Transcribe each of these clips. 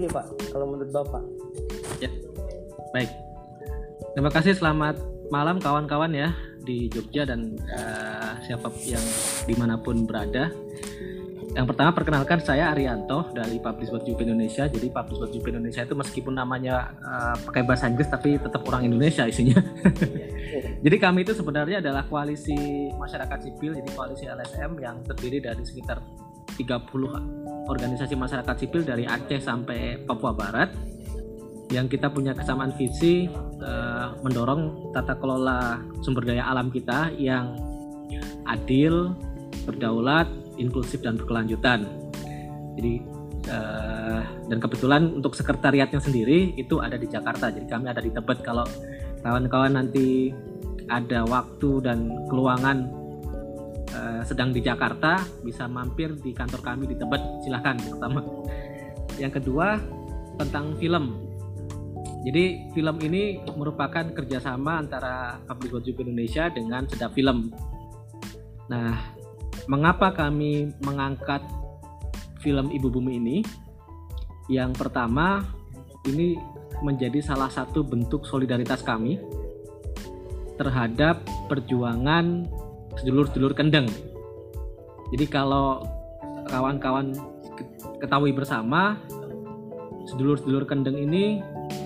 nih Pak, kalau menurut Bapak? Ya, baik. Terima kasih. Selamat malam kawan-kawan ya di Jogja dan siapa yang dimanapun berada. Yang pertama, perkenalkan saya Arianto dari Publish.up Indonesia. Jadi Publish.up Indonesia itu meskipun namanya pakai bahasa Inggris tapi tetap orang Indonesia isinya. Jadi kami itu sebenarnya adalah koalisi masyarakat sipil, jadi koalisi LSM yang terdiri dari sekitar 30 organisasi masyarakat sipil dari Aceh sampai Papua Barat. Yang kita punya kesamaan visi mendorong tata kelola sumber daya alam kita yang adil, berdaulat, inklusif dan berkelanjutan. Jadi dan kebetulan untuk sekretariatnya sendiri itu ada di Jakarta. Jadi kami ada di Tebet. Kalau kawan-kawan nanti ada waktu dan keluangan sedang di Jakarta, bisa mampir di kantor kami di Tebet. Silahkan. Pertama. Yang kedua tentang film. Jadi film ini merupakan kerjasama antara Publish.up Indonesia dengan Sedap Film. Nah, mengapa kami mengangkat film Ibu Bumi ini? Yang pertama, ini menjadi salah satu bentuk solidaritas kami terhadap perjuangan sedulur-sedulur Kendeng. Jadi kalau kawan-kawan ketahui bersama, sedulur-sedulur Kendeng ini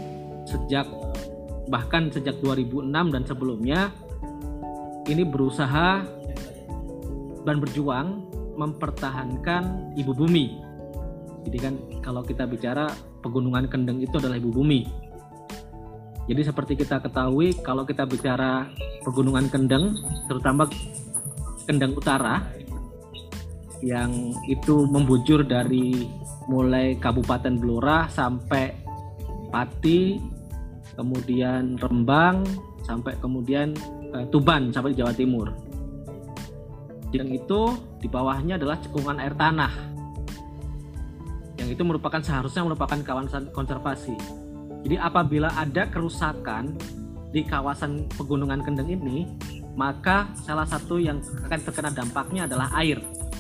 bahkan sejak 2006 dan sebelumnya ini berusaha dan berjuang mempertahankan Ibu Bumi. Jadi kan kalau kita bicara Pegunungan Kendeng itu adalah Ibu Bumi. Jadi seperti kita ketahui kalau kita bicara Pegunungan Kendeng, terutama Kendeng Utara yang itu membujur dari mulai Kabupaten Blora sampai Pati, kemudian Rembang, sampai kemudian Tuban sampai di Jawa Timur. Yang itu di bawahnya adalah cekungan air tanah. Yang itu seharusnya merupakan kawasan konservasi. Jadi apabila ada kerusakan di kawasan Pegunungan Kendeng ini, maka salah satu yang akan terkena dampaknya adalah air.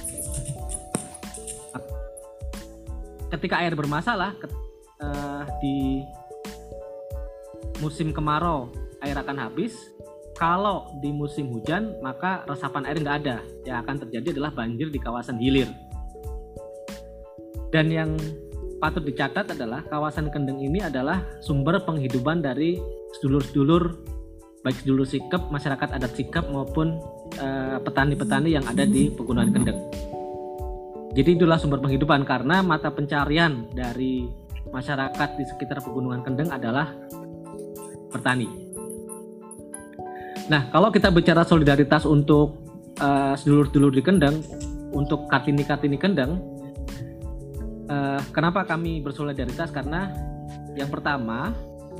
Ketika air bermasalah di musim kemarau air akan habis. Kalau di musim hujan maka resapan air nggak ada. Yang akan terjadi adalah banjir di kawasan hilir. Dan yang patut dicatat adalah kawasan Kendeng ini adalah sumber penghidupan dari sedulur-sedulur, baik sedulur sikep, masyarakat adat sikep maupun petani-petani yang ada di Pegunungan Kendeng. Jadi itulah sumber penghidupan karena mata pencarian dari masyarakat di sekitar Pegunungan Kendeng adalah bertani. Nah, kalau kita bicara solidaritas untuk sedulur-sedulur di Kendeng, untuk Kartini-Kartini Kendeng, kenapa kami bersolidaritas? Karena yang pertama,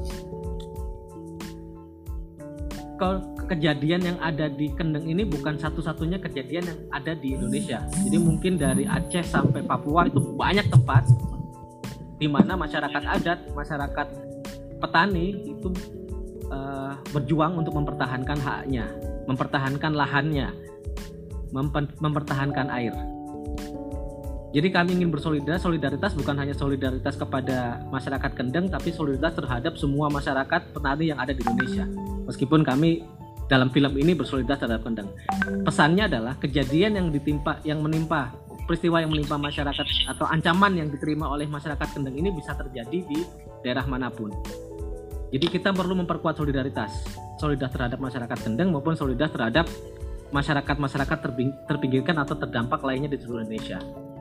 kejadian yang ada di Kendeng ini bukan satu-satunya kejadian yang ada di Indonesia. Jadi mungkin dari Aceh sampai Papua itu banyak tempat di mana masyarakat adat, masyarakat petani itu berjuang untuk mempertahankan haknya, mempertahankan lahannya, mempertahankan air. Jadi kami ingin solidaritas bukan hanya solidaritas kepada masyarakat Kendeng, tapi solidaritas terhadap semua masyarakat petani yang ada di Indonesia. Meskipun kami dalam film ini bersolidaritas terhadap Kendeng. Pesannya adalah kejadian yang menimpa peristiwa yang menimpa masyarakat atau ancaman yang diterima oleh masyarakat Kendeng ini bisa terjadi di daerah manapun. Jadi kita perlu memperkuat solidaritas terhadap masyarakat Kendeng maupun solidaritas terhadap masyarakat terpinggirkan atau terdampak lainnya di seluruh Indonesia.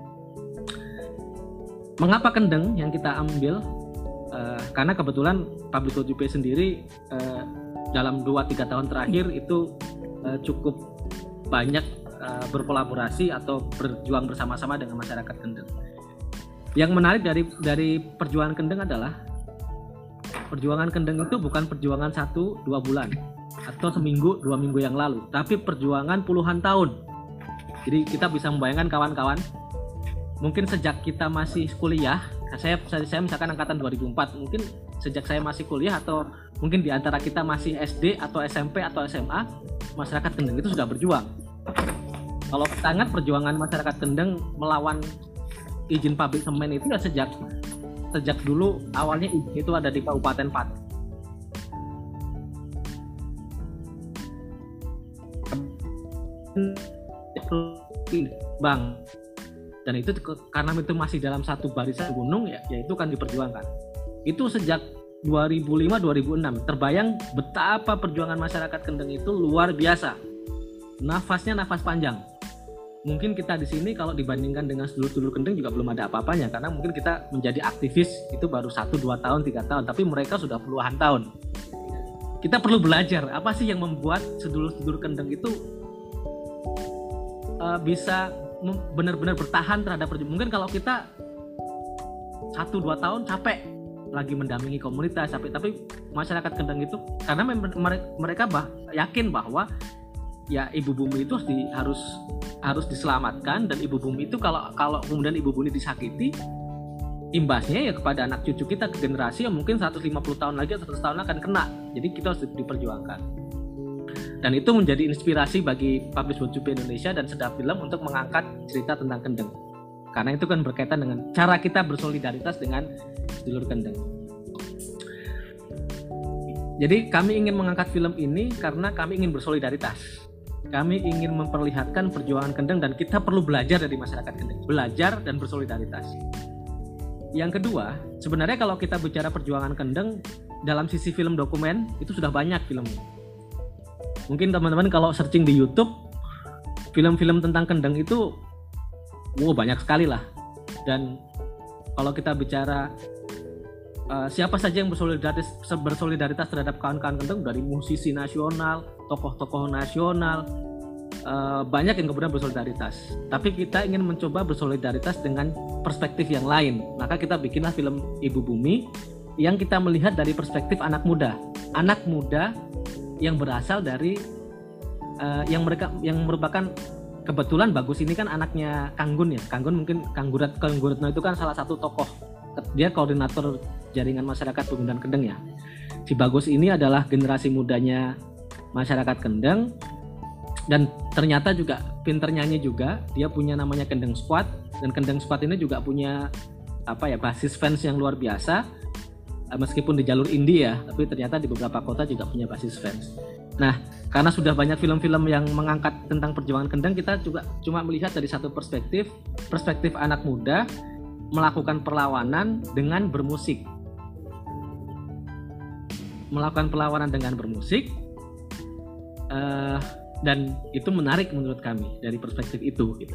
Mengapa Kendeng yang kita ambil? Karena kebetulan Publish.up sendiri dalam 2-3 tahun terakhir itu cukup banyak berkolaborasi atau berjuang bersama-sama dengan masyarakat Kendeng. Yang menarik dari perjuangan Kendeng adalah perjuangan Kendeng itu bukan perjuangan 1-2 bulan atau seminggu 2 minggu yang lalu, tapi perjuangan puluhan tahun. Jadi kita bisa membayangkan kawan-kawan, mungkin sejak kita masih kuliah, saya misalkan angkatan 2004, mungkin sejak saya masih kuliah atau mungkin di antara kita masih SD atau SMP atau SMA, masyarakat Kendeng itu sudah berjuang. Kalau kita ingat perjuangan masyarakat Kendeng melawan izin pabrik semen itu ya sejak sejak dulu awalnya itu ada di Kabupaten Pati. Bang, dan itu karena itu masih dalam satu barisan gunung ya itu kan diperjuangkan. Itu sejak 2005-2006. Terbayang betapa perjuangan masyarakat Kendeng itu luar biasa. Nafasnya nafas panjang. Mungkin kita di sini kalau dibandingkan dengan sedulur-sedulur Kendeng juga belum ada apa-apanya, karena mungkin kita menjadi aktivis itu baru 1, 2 tahun, 3 tahun, tapi mereka sudah puluhan tahun. Kita perlu belajar apa sih yang membuat sedulur-sedulur Kendeng itu bisa benar-benar bertahan terhadap perjuangan. Mungkin kalau kita 1-2 tahun capek lagi mendampingi komunitas, tapi masyarakat Kendeng itu karena mereka yakin bahwa ya ibu bumi itu harus diselamatkan, dan ibu bumi itu kalau kemudian ibu bumi disakiti, imbasnya ya kepada anak cucu kita, ke generasi yang mungkin 150 tahun lagi atau 100 tahun akan kena. Jadi kita harus diperjuangkan. Dan itu menjadi inspirasi bagi Publish World Jupe Indonesia dan Sedap Film untuk mengangkat cerita tentang Kendeng. Karena itu kan berkaitan dengan cara kita bersolidaritas dengan sedulur Kendeng. Jadi kami ingin mengangkat film ini karena kami ingin bersolidaritas. Kami ingin memperlihatkan perjuangan Kendeng dan kita perlu belajar dari masyarakat Kendeng. Belajar dan bersolidaritas. Yang kedua, sebenarnya kalau kita bicara perjuangan Kendeng dalam sisi film dokumen, itu sudah banyak filmnya. Mungkin teman-teman kalau searching di YouTube, film-film tentang Kendeng itu banyak sekali lah. Dan kalau kita bicara siapa saja yang bersolidaritas terhadap kawan-kawan Kendeng, dari musisi nasional, tokoh-tokoh nasional, banyak yang kemudian bersolidaritas. Tapi kita ingin mencoba bersolidaritas dengan perspektif yang lain. Maka kita bikinlah film Ibu Bumi yang kita melihat dari perspektif anak muda yang berasal dari yang merupakan, kebetulan Bagus ini kan anaknya Kanggun ya. Kanggun mungkin Kang Guratno itu kan salah satu tokoh, dia koordinator jaringan masyarakat Pegunungan Kendeng ya. Si Bagus ini adalah generasi mudanya masyarakat Kendeng, dan ternyata juga pinter nyanyi juga. Dia punya namanya Kendeng Squad, dan Kendeng Squad ini juga punya basis fans yang luar biasa. Meskipun di jalur indie ya, tapi ternyata di beberapa kota juga punya basis fans. Nah, karena sudah banyak film-film yang mengangkat tentang perjuangan Kendeng, kita juga cuma melihat dari satu perspektif anak muda melakukan perlawanan dengan bermusik. Dan itu menarik menurut kami dari perspektif itu gitu.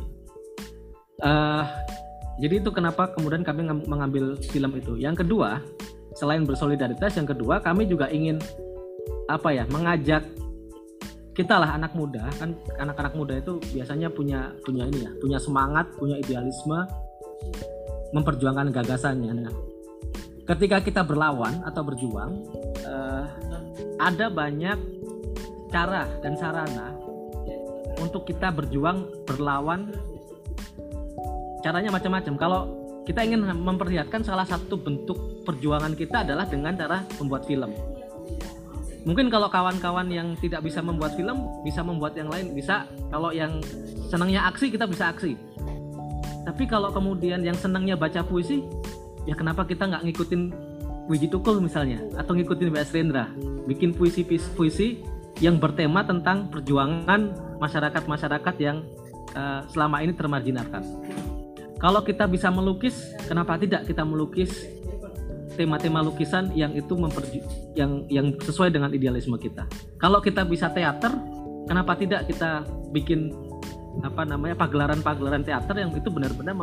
Jadi itu kenapa kemudian kami mengambil film itu. Yang kedua, selain bersolidaritas, yang kedua kami juga ingin mengajak kita lah, anak muda kan. Anak-anak muda itu biasanya punya semangat, punya idealisme, memperjuangkan gagasannya. Nah, ketika kita berlawan atau berjuang, ada banyak cara dan sarana untuk kita berlawan. Caranya macam-macam. Kalau kita ingin memperlihatkan, salah satu bentuk perjuangan kita adalah dengan cara membuat film. Mungkin kalau kawan-kawan yang tidak bisa membuat film, bisa membuat yang lain, bisa. Kalau yang senangnya aksi, kita bisa aksi. Tapi kalau kemudian yang senangnya baca puisi, ya kenapa kita nggak ngikutin Wiji Tukul misalnya, atau ngikutin Mbak Srendra, bikin puisi-puisi yang bertema tentang perjuangan masyarakat-masyarakat yang selama ini termarginalkan. Kalau kita bisa melukis, kenapa tidak kita melukis tema-tema lukisan yang itu yang sesuai dengan idealisme kita. Kalau kita bisa teater, kenapa tidak kita bikin pagelaran teater yang itu benar-benar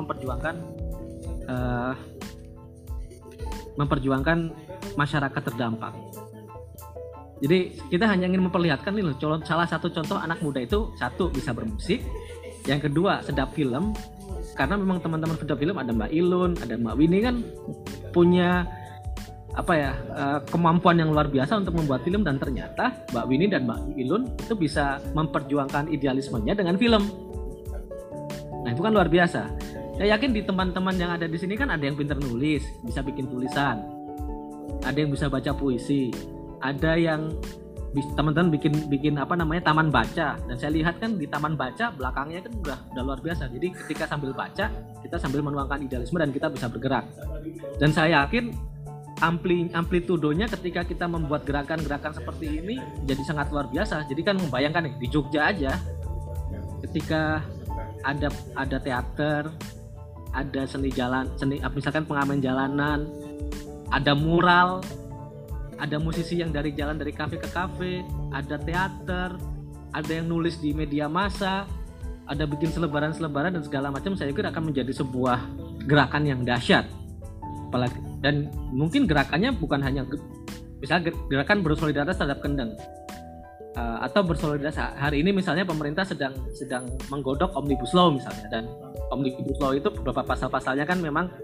memperjuangkan masyarakat terdampak. Jadi kita hanya ingin memperlihatkan nih loh, salah satu contoh anak muda itu, satu bisa bermusik, yang kedua sedap film. Karena memang teman-teman sedap film, ada Mbak Ilun, ada Mbak Winnie kan punya kemampuan yang luar biasa untuk membuat film, dan ternyata Mbak Winnie dan Mbak Ilun itu bisa memperjuangkan idealismenya dengan film. Nah itu kan luar biasa. Saya yakin di teman-teman yang ada di sini kan ada yang pintar nulis, bisa bikin tulisan, ada yang bisa baca puisi, ada yang teman-teman bikin apa namanya taman baca, dan saya lihat kan di taman baca belakangnya kan udah luar biasa. Jadi ketika sambil baca kita sambil menuangkan idealisme dan kita bisa bergerak. Dan saya yakin amplitudonya ketika kita membuat gerakan-gerakan seperti ini jadi sangat luar biasa. Jadi kan membayangkan nih di Jogja aja ketika ada teater, ada seni misalkan pengamen jalanan, ada mural, ada musisi yang dari kafe ke kafe, ada teater, ada yang nulis di media massa, ada bikin selebaran dan segala macam. Saya kira akan menjadi sebuah gerakan yang dahsyat. Apalagi, dan mungkin gerakannya bukan hanya misalnya gerakan bersolidaritas terhadap Kendeng, atau bersolidaritas hari ini misalnya pemerintah sedang menggodok Omnibus Law misalnya, dan Omnibus Law itu beberapa pasal-pasalnya kan memang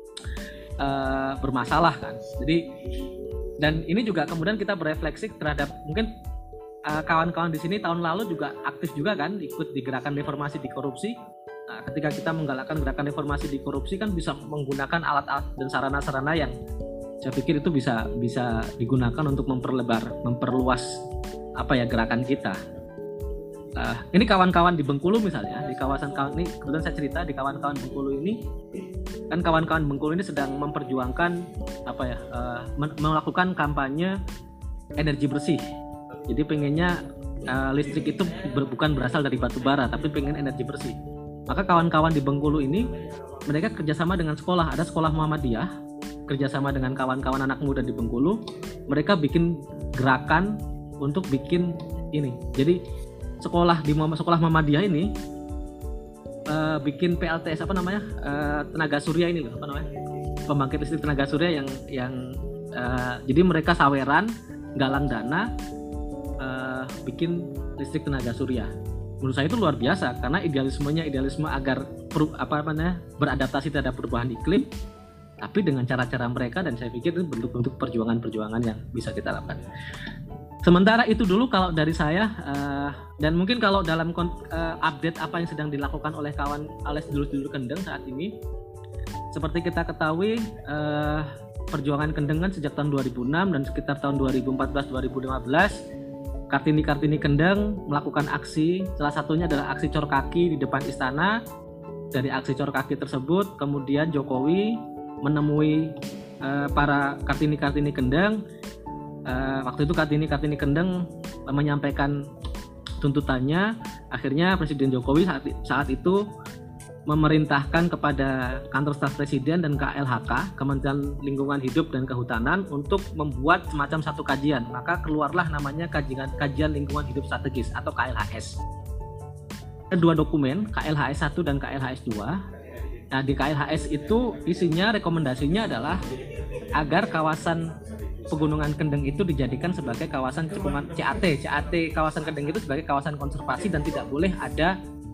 bermasalah kan. Jadi, dan ini juga kemudian kita berefleksi terhadap mungkin kawan-kawan di sini tahun lalu juga aktif juga kan ikut di gerakan reformasi di korupsi. Nah, ketika kita menggalakkan gerakan reformasi di korupsi kan bisa menggunakan alat-alat dan sarana-sarana yang saya pikir itu bisa digunakan untuk memperluas gerakan kita. Ini kawan-kawan di Bengkulu misalnya, di kawasan ini kebetulan saya cerita di kawan-kawan Bengkulu ini kan kawan-kawan Bengkulu ini sedang memperjuangkan melakukan kampanye energi bersih. Jadi pengennya listrik itu bukan berasal dari batu bara tapi pengen energi bersih. Maka kawan-kawan di Bengkulu ini mereka kerjasama dengan sekolah, ada sekolah Muhammadiyah kerjasama dengan kawan-kawan anak muda di Bengkulu, mereka bikin gerakan untuk bikin ini. Jadi sekolah Muhammadiyah ini bikin PLTS tenaga surya ini loh, pembangkit listrik tenaga surya yang jadi mereka saweran galang dana bikin listrik tenaga surya. Menurut saya itu luar biasa karena idealisme agar beradaptasi terhadap perubahan iklim, tapi dengan cara-cara mereka, dan saya pikir itu bentuk-bentuk perjuangan yang bisa kita lakukan. Sementara itu dulu kalau dari saya, dan mungkin kalau dalam update apa yang sedang dilakukan oleh sedulur-sedulur Kendeng saat ini, seperti kita ketahui perjuangan Kendeng kan sejak tahun 2006 dan sekitar tahun 2014-2015 Kartini Kendeng melakukan aksi, salah satunya adalah aksi cor kaki di depan istana. Dari aksi cor kaki tersebut kemudian Jokowi menemui para Kartini Kendeng. Waktu itu Kartini Kendeng menyampaikan tuntutannya. Akhirnya Presiden Jokowi saat itu memerintahkan kepada kantor staf presiden dan KLHK, Kementerian Lingkungan Hidup dan Kehutanan, untuk membuat semacam satu kajian. Maka keluarlah namanya kajian lingkungan hidup strategis atau KLHS. Kedua dokumen, KLHS 1 dan KLHS 2. Nah, di KLHS itu isinya rekomendasinya adalah agar kawasan Pegunungan Kendeng itu dijadikan sebagai kawasan cekungan CAT kawasan Kendeng itu sebagai kawasan konservasi dan tidak boleh ada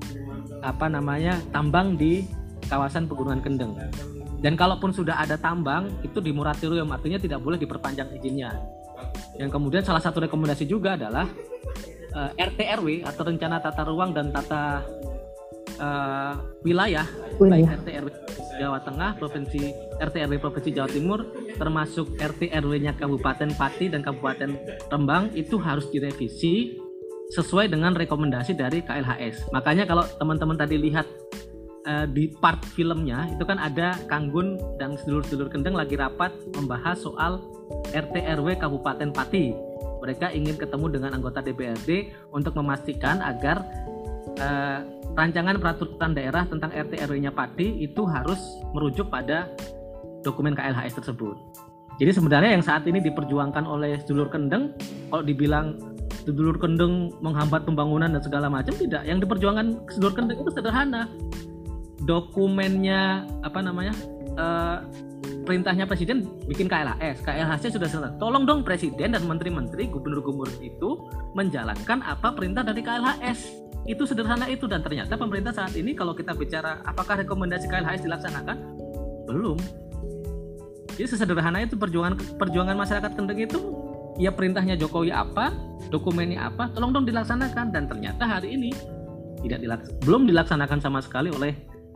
tambang di kawasan Pegunungan Kendeng. Dan kalaupun sudah ada tambang itu di moratorium, artinya tidak boleh diperpanjang izinnya. Yang kemudian salah satu rekomendasi juga adalah RT/RW atau rencana tata ruang dan tata wilayah. Baik RT/RW Jawa Tengah, RT/RW Provinsi Jawa Timur, termasuk RT/RW-nya Kabupaten Pati dan Kabupaten Rembang itu harus direvisi sesuai dengan rekomendasi dari KLHS. Makanya kalau teman-teman tadi lihat di part filmnya itu kan ada Kang Gun dan sedulur-sedulur Kendeng lagi rapat membahas soal RT/RW Kabupaten Pati. Mereka ingin ketemu dengan anggota DPRD untuk memastikan agar rancangan peraturan daerah tentang RT/RW-nya Pati itu harus merujuk pada dokumen KLHS tersebut. Jadi sebenarnya yang saat ini diperjuangkan oleh sedulur Kendeng, kalau dibilang sedulur Kendeng menghambat pembangunan dan segala macam, tidak. Yang diperjuangkan sedulur Kendeng itu sederhana. Dokumennya perintahnya presiden bikin KLHS-nya sudah selesai. Tolong dong presiden dan menteri-menteri, gubernur-gubernur itu menjalankan apa perintah dari KLHS. Itu sederhana itu, dan ternyata pemerintah saat ini kalau kita bicara apakah rekomendasi KLHS dilaksanakan? Belum. Jadi sesederhana itu perjuangan masyarakat Kendeng itu, ya perintahnya Jokowi apa, dokumennya apa, tolong dong dilaksanakan, dan ternyata hari ini belum dilaksanakan sama sekali oleh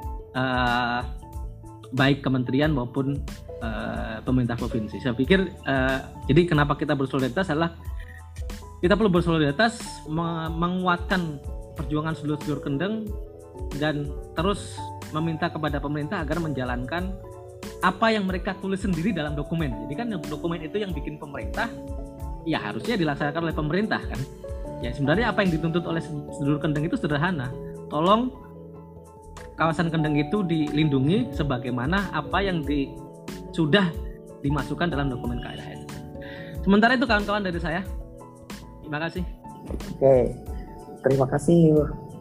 baik kementerian maupun pemerintah provinsi. Saya pikir jadi kenapa kita bersolidaritas adalah kita perlu bersolidaritas menguatkan perjuangan sedulur-sedulur Kendeng dan terus meminta kepada pemerintah agar menjalankan apa yang mereka tulis sendiri dalam dokumen. Jadi kan dokumen itu yang bikin pemerintah, ya harusnya dilaksanakan oleh pemerintah kan. Ya sebenarnya apa yang dituntut oleh sedulur Kendeng itu sederhana. Tolong kawasan Kendeng itu dilindungi sebagaimana apa yang sudah dimasukkan dalam dokumen KLHS. Sementara itu kawan-kawan dari saya. Terima kasih. Oke, terima kasih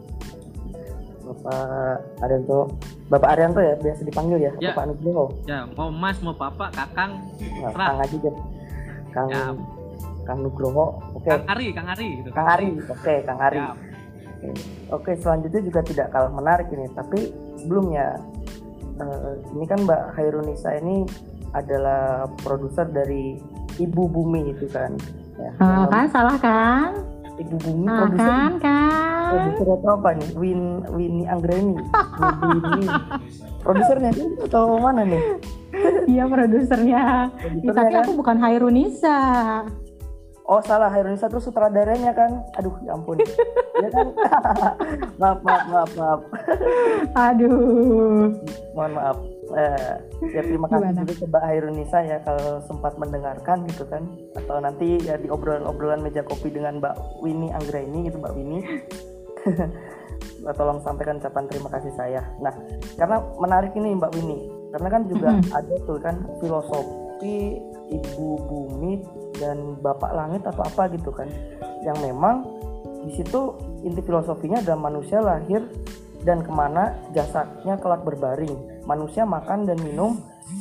Bapak Arianto ya, biasa dipanggil ya, ya. Bapak Nugroho. Ya, mau Mas, mau Bapak, Kakang, nah, Kang aja deh. Kang Nugroho. Oke. Kang Ari gitu. Kang Ari. Oke, Kang Ari. Ya. Oke, selanjutnya juga tidak kalah menarik ini, tapi sebelumnya ini kan Mbak Hairunisa ini adalah produser dari Ibu Bumi itu kan. Ya, kan salah kan? Ibu Bumi produser. Kan. Produser atau apa nih? Winnie Anggreni. Produsernya atau mana nih? Iya, produsernya. Tapi kan? Aku bukan Hairunisa. Oh salah, Hairunisa itu sutradaranya kan. Aduh ya ampun. Ya kan. maaf. Aduh. Mohon maaf. Ya terima kasih juga ke Mbak Hairunisa ya kalau sempat mendengarkan gitu kan. Atau nanti ya di obrolan meja kopi dengan Mbak Winnie Anggreni gitu, Mbak Winnie. Tolong sampaikan ucapan terima kasih saya. Nah, karena menarik ini Mbak Winnie. Karena kan juga ada tuh kan filosofi Ibu Bumi dan Bapak Langit atau apa gitu kan, yang memang di situ inti filosofinya adalah manusia lahir dan kemana jasadnya kelak berbaring. Manusia makan dan minum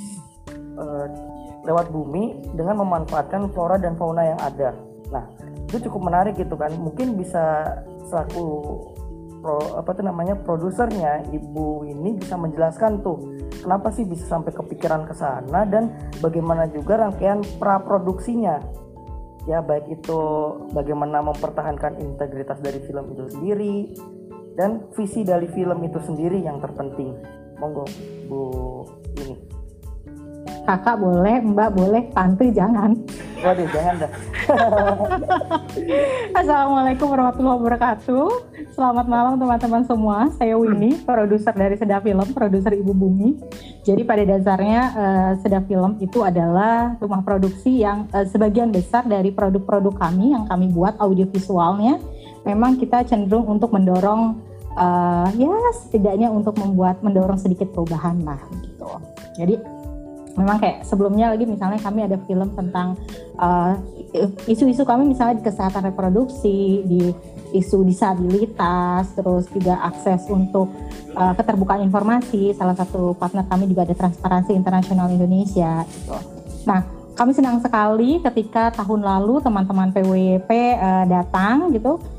lewat bumi dengan memanfaatkan flora dan fauna yang ada. Nah itu cukup menarik gitu kan, mungkin bisa selaku produsernya Ibu ini bisa menjelaskan tuh kenapa sih bisa sampai kepikiran ke sana dan bagaimana juga rangkaian praproduksinya. Ya baik itu bagaimana mempertahankan integritas dari film itu sendiri dan visi dari film itu sendiri yang terpenting. Monggo Bu ini. Kakak boleh, Mbak boleh, Tante jangan. Waduh, jangan dah. Assalamualaikum warahmatullahi wabarakatuh. Selamat malam teman-teman semua. Saya Winnie, produser dari Seda Film, produser Ibu Bumi. Jadi pada dasarnya Seda Film itu adalah rumah produksi yang sebagian besar dari produk-produk kami yang kami buat audiovisualnya. Memang kita cenderung untuk mendorong ya setidaknya untuk mendorong sedikit perubahan lah gitu. Jadi memang kayak sebelumnya lagi misalnya kami ada film tentang isu-isu kami misalnya di kesehatan reproduksi, di isu disabilitas, terus juga akses untuk keterbukaan informasi. Salah satu partner kami juga ada Transparansi Internasional Indonesia gitu. Nah, kami senang sekali ketika tahun lalu teman-teman PWP datang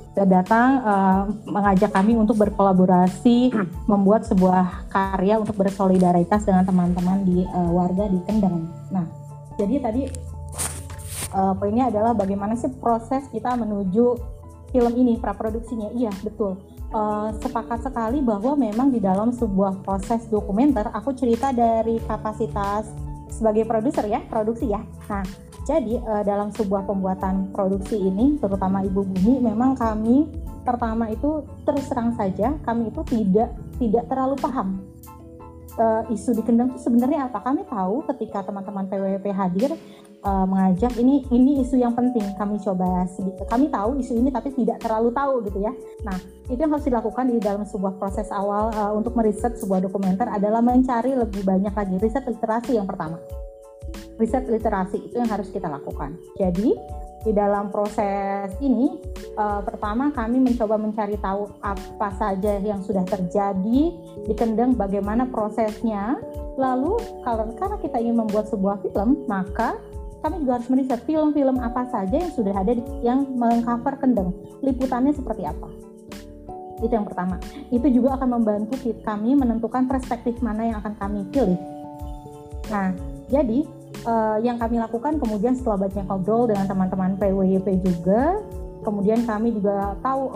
mengajak kami untuk berkolaborasi membuat sebuah karya untuk bersolidaritas dengan teman-teman di warga di Kendeng. Nah, jadi tadi poinnya adalah bagaimana sih proses kita menuju film ini, praproduksinya. Iya, betul. Sepakat sekali bahwa memang di dalam sebuah proses dokumenter, aku cerita dari kapasitas sebagai produser ya, produksi ya. Nah, jadi dalam sebuah pembuatan produksi ini, terutama Ibu Bumi, memang kami pertama itu terus terang saja kami itu tidak terlalu paham isu di Kendeng itu sebenarnya apa. Kami tahu ketika teman-teman PWP hadir mengajak ini isu yang penting, kami coba sedikit. Kami tahu isu ini tapi tidak terlalu tahu gitu ya. Nah itu yang harus dilakukan di dalam sebuah proses awal untuk meriset sebuah dokumenter adalah mencari lebih banyak lagi riset literasi yang pertama. Riset literasi itu yang harus kita lakukan. Jadi di dalam proses ini pertama kami mencoba mencari tahu apa saja yang sudah terjadi di Kendeng, bagaimana prosesnya. Lalu karena kita ingin membuat sebuah film, maka kami juga harus meriset film-film apa saja yang sudah ada yang mengcover Kendeng, liputannya seperti apa. Itu yang pertama. Itu juga akan membantu kami menentukan perspektif mana yang akan kami pilih. Nah, jadi yang kami lakukan kemudian setelah banyak ngobrol dengan teman-teman PWP juga, kemudian kami juga tahu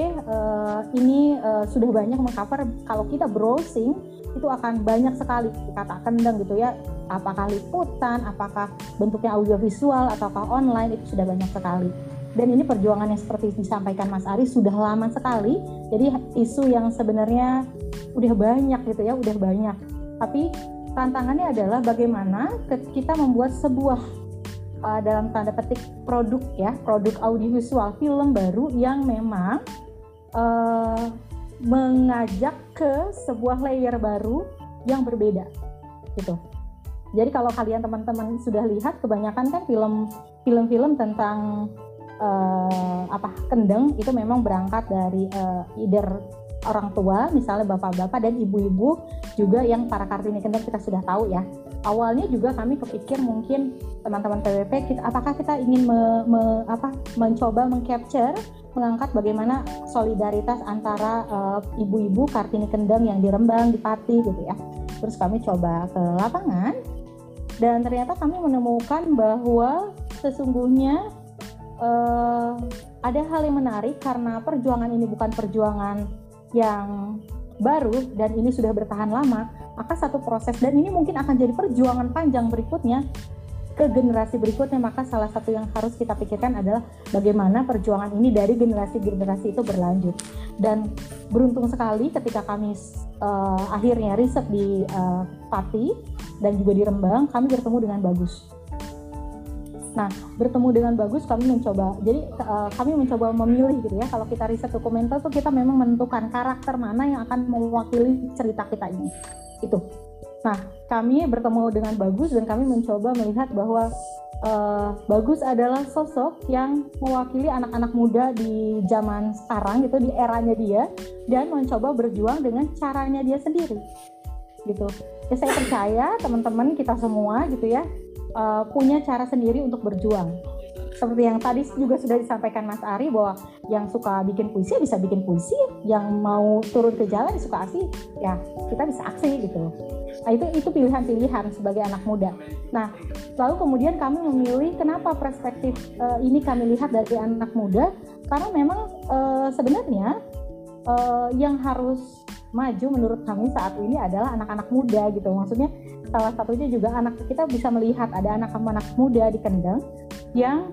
ini sudah banyak mengcover. Kalau kita browsing itu akan banyak sekali kata Kendeng gitu ya, apakah liputan, apakah bentuknya audiovisual ataukah online, itu sudah banyak sekali. Dan ini perjuangan yang seperti disampaikan Mas Ari sudah lama sekali. Jadi isu yang sebenarnya udah banyak gitu ya, udah banyak. Tapi tantangannya adalah bagaimana kita membuat sebuah dalam tanda petik produk ya, produk audiovisual film baru yang memang mengajak ke sebuah layer baru yang berbeda gitu. Jadi kalau kalian teman-teman sudah lihat, kebanyakan kan film-film tentang kendeng itu memang berangkat dari either orang tua, misalnya bapak-bapak dan ibu-ibu juga yang para Kartini Kendeng kita sudah tahu ya. Awalnya juga kami kepikir mungkin teman-teman PWP apakah kita ingin mencoba mengcapture, mengangkat bagaimana solidaritas antara ibu-ibu Kartini Kendeng yang di Rembang, di Pati gitu ya. Terus kami coba ke lapangan dan ternyata kami menemukan bahwa sesungguhnya ada hal yang menarik karena perjuangan ini bukan perjuangan yang baru dan ini sudah bertahan lama, maka satu proses dan ini mungkin akan jadi perjuangan panjang berikutnya ke generasi berikutnya. Maka salah satu yang harus kita pikirkan adalah bagaimana perjuangan ini dari generasi-generasi itu berlanjut. Dan beruntung sekali ketika kami akhirnya riset di Pati dan juga di Rembang, kami bertemu dengan Bagus. Nah, bertemu dengan Bagus kami mencoba, jadi kami mencoba memilih gitu ya, kalau kita riset dokumenter tuh kita memang menentukan karakter mana yang akan mewakili cerita kita ini. Itu. Nah, kami bertemu dengan Bagus dan kami mencoba melihat bahwa Bagus adalah sosok yang mewakili anak-anak muda di zaman sekarang gitu, di eranya dia, dan mencoba berjuang dengan caranya dia sendiri. Gitu. Ya saya percaya teman-teman kita semua gitu ya, punya cara sendiri untuk berjuang. Seperti yang tadi juga sudah disampaikan Mas Ari bahwa yang suka bikin puisi bisa bikin puisi, yang mau turun ke jalan suka aksi, ya kita bisa aksi gitu. Nah itu pilihan-pilihan sebagai anak muda. Nah lalu kemudian kami memilih kenapa perspektif ini kami lihat dari anak muda, karena memang sebenarnya yang harus maju menurut kami saat ini adalah anak-anak muda gitu. Maksudnya salah satunya juga anak kita bisa melihat ada anak-anak muda di Kendeng yang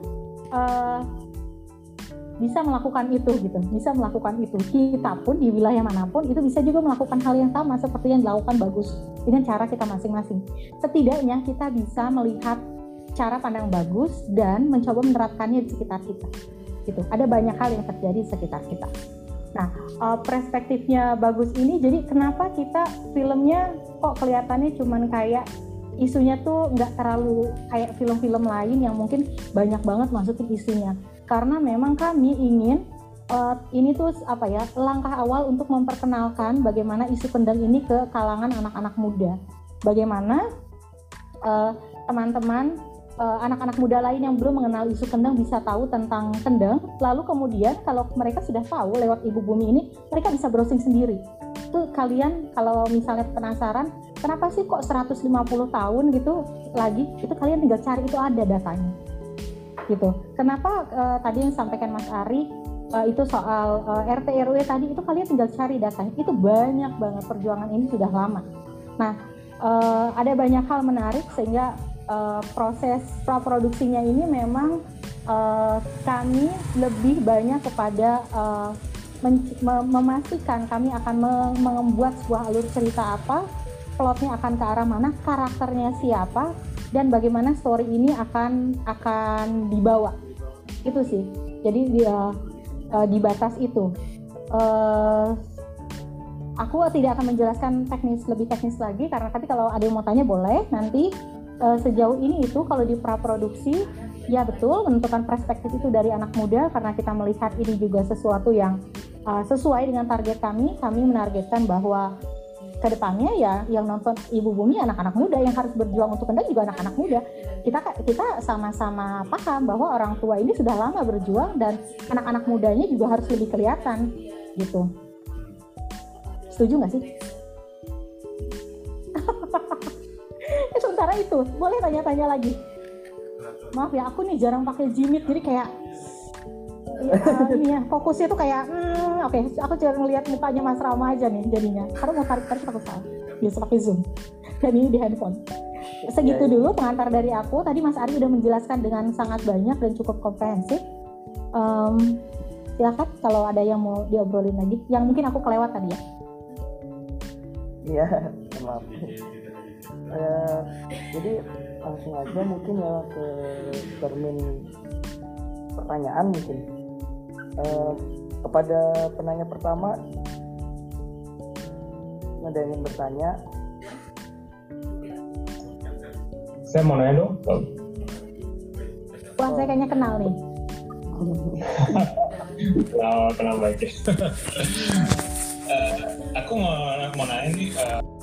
bisa melakukan itu gitu, bisa melakukan itu. Kita pun di wilayah manapun itu bisa juga melakukan hal yang sama seperti yang dilakukan Bagus dengan cara kita masing-masing. Setidaknya kita bisa melihat cara pandang Bagus dan mencoba menerapkannya di sekitar kita. Gitu. Ada banyak hal yang terjadi di sekitar kita. Nah, perspektifnya Bagus ini, jadi kenapa kita filmnya kok kelihatannya cuman kayak isunya tuh nggak terlalu kayak film-film lain yang mungkin banyak banget masukin isunya. Karena memang kami ingin ini tuh langkah awal untuk memperkenalkan bagaimana isu Kendeng ini ke kalangan anak-anak muda. Bagaimana teman-teman anak-anak muda lain yang belum mengenal isu Kendeng bisa tahu tentang Kendeng. Lalu kemudian kalau mereka sudah tahu lewat Ibu Bumi ini, mereka bisa browsing sendiri. Itu kalian kalau misalnya penasaran, kenapa sih kok 150 tahun gitu lagi, itu kalian tinggal cari, itu ada datanya. Gitu. Kenapa tadi yang sampaikan Mas Ari itu soal RT RW tadi, itu kalian tinggal cari datanya. Itu banyak banget, perjuangan ini sudah lama. Nah, ada banyak hal menarik sehingga proses praproduksinya ini memang kami lebih banyak kepada memastikan kami akan membuat sebuah alur cerita apa, plotnya akan ke arah mana, karakternya siapa, dan bagaimana story ini akan dibawa. Itu sih. Jadi di batas itu. Aku tidak akan menjelaskan lebih teknis lagi karena tadi kalau ada yang mau tanya boleh nanti. Sejauh ini itu kalau di praproduksi ya betul menentukan perspektif itu dari anak muda karena kita melihat ini juga sesuatu yang sesuai dengan target kami menargetkan bahwa kedepannya ya yang nonton Ibu Bumi anak-anak muda, yang harus berjuang untuk Kendeng juga anak-anak muda. Kita sama-sama paham bahwa orang tua ini sudah lama berjuang dan anak-anak mudanya juga harus lebih kelihatan gitu. Setuju nggak sih? Sementara itu, boleh tanya-tanya lagi. Maaf ya, aku nih jarang pakai Jimit, jadi kayak ini ya, fokusnya tuh kayak oke, aku cuma melihat mukanya Mas Rama aja nih jadinya. Karena mau tarik-tarik aku salah. Biasa pakai Zoom. Dan ini di handphone. Segitu dulu pengantar dari aku. Tadi Mas Ari udah menjelaskan dengan sangat banyak dan cukup komprehensif. Silakan kalau ada yang mau diobrolin lagi, yang mungkin aku kelewat tadi ya. Iya, maaf. Jadi langsung aja mungkin ya ke termin pertanyaan mungkin. Kepada penanya pertama, ada yang ingin bertanya? Saya mau nanya dong. Wah, saya kayaknya kenal nih. Kenal baik ya. Aku mau nanya nih.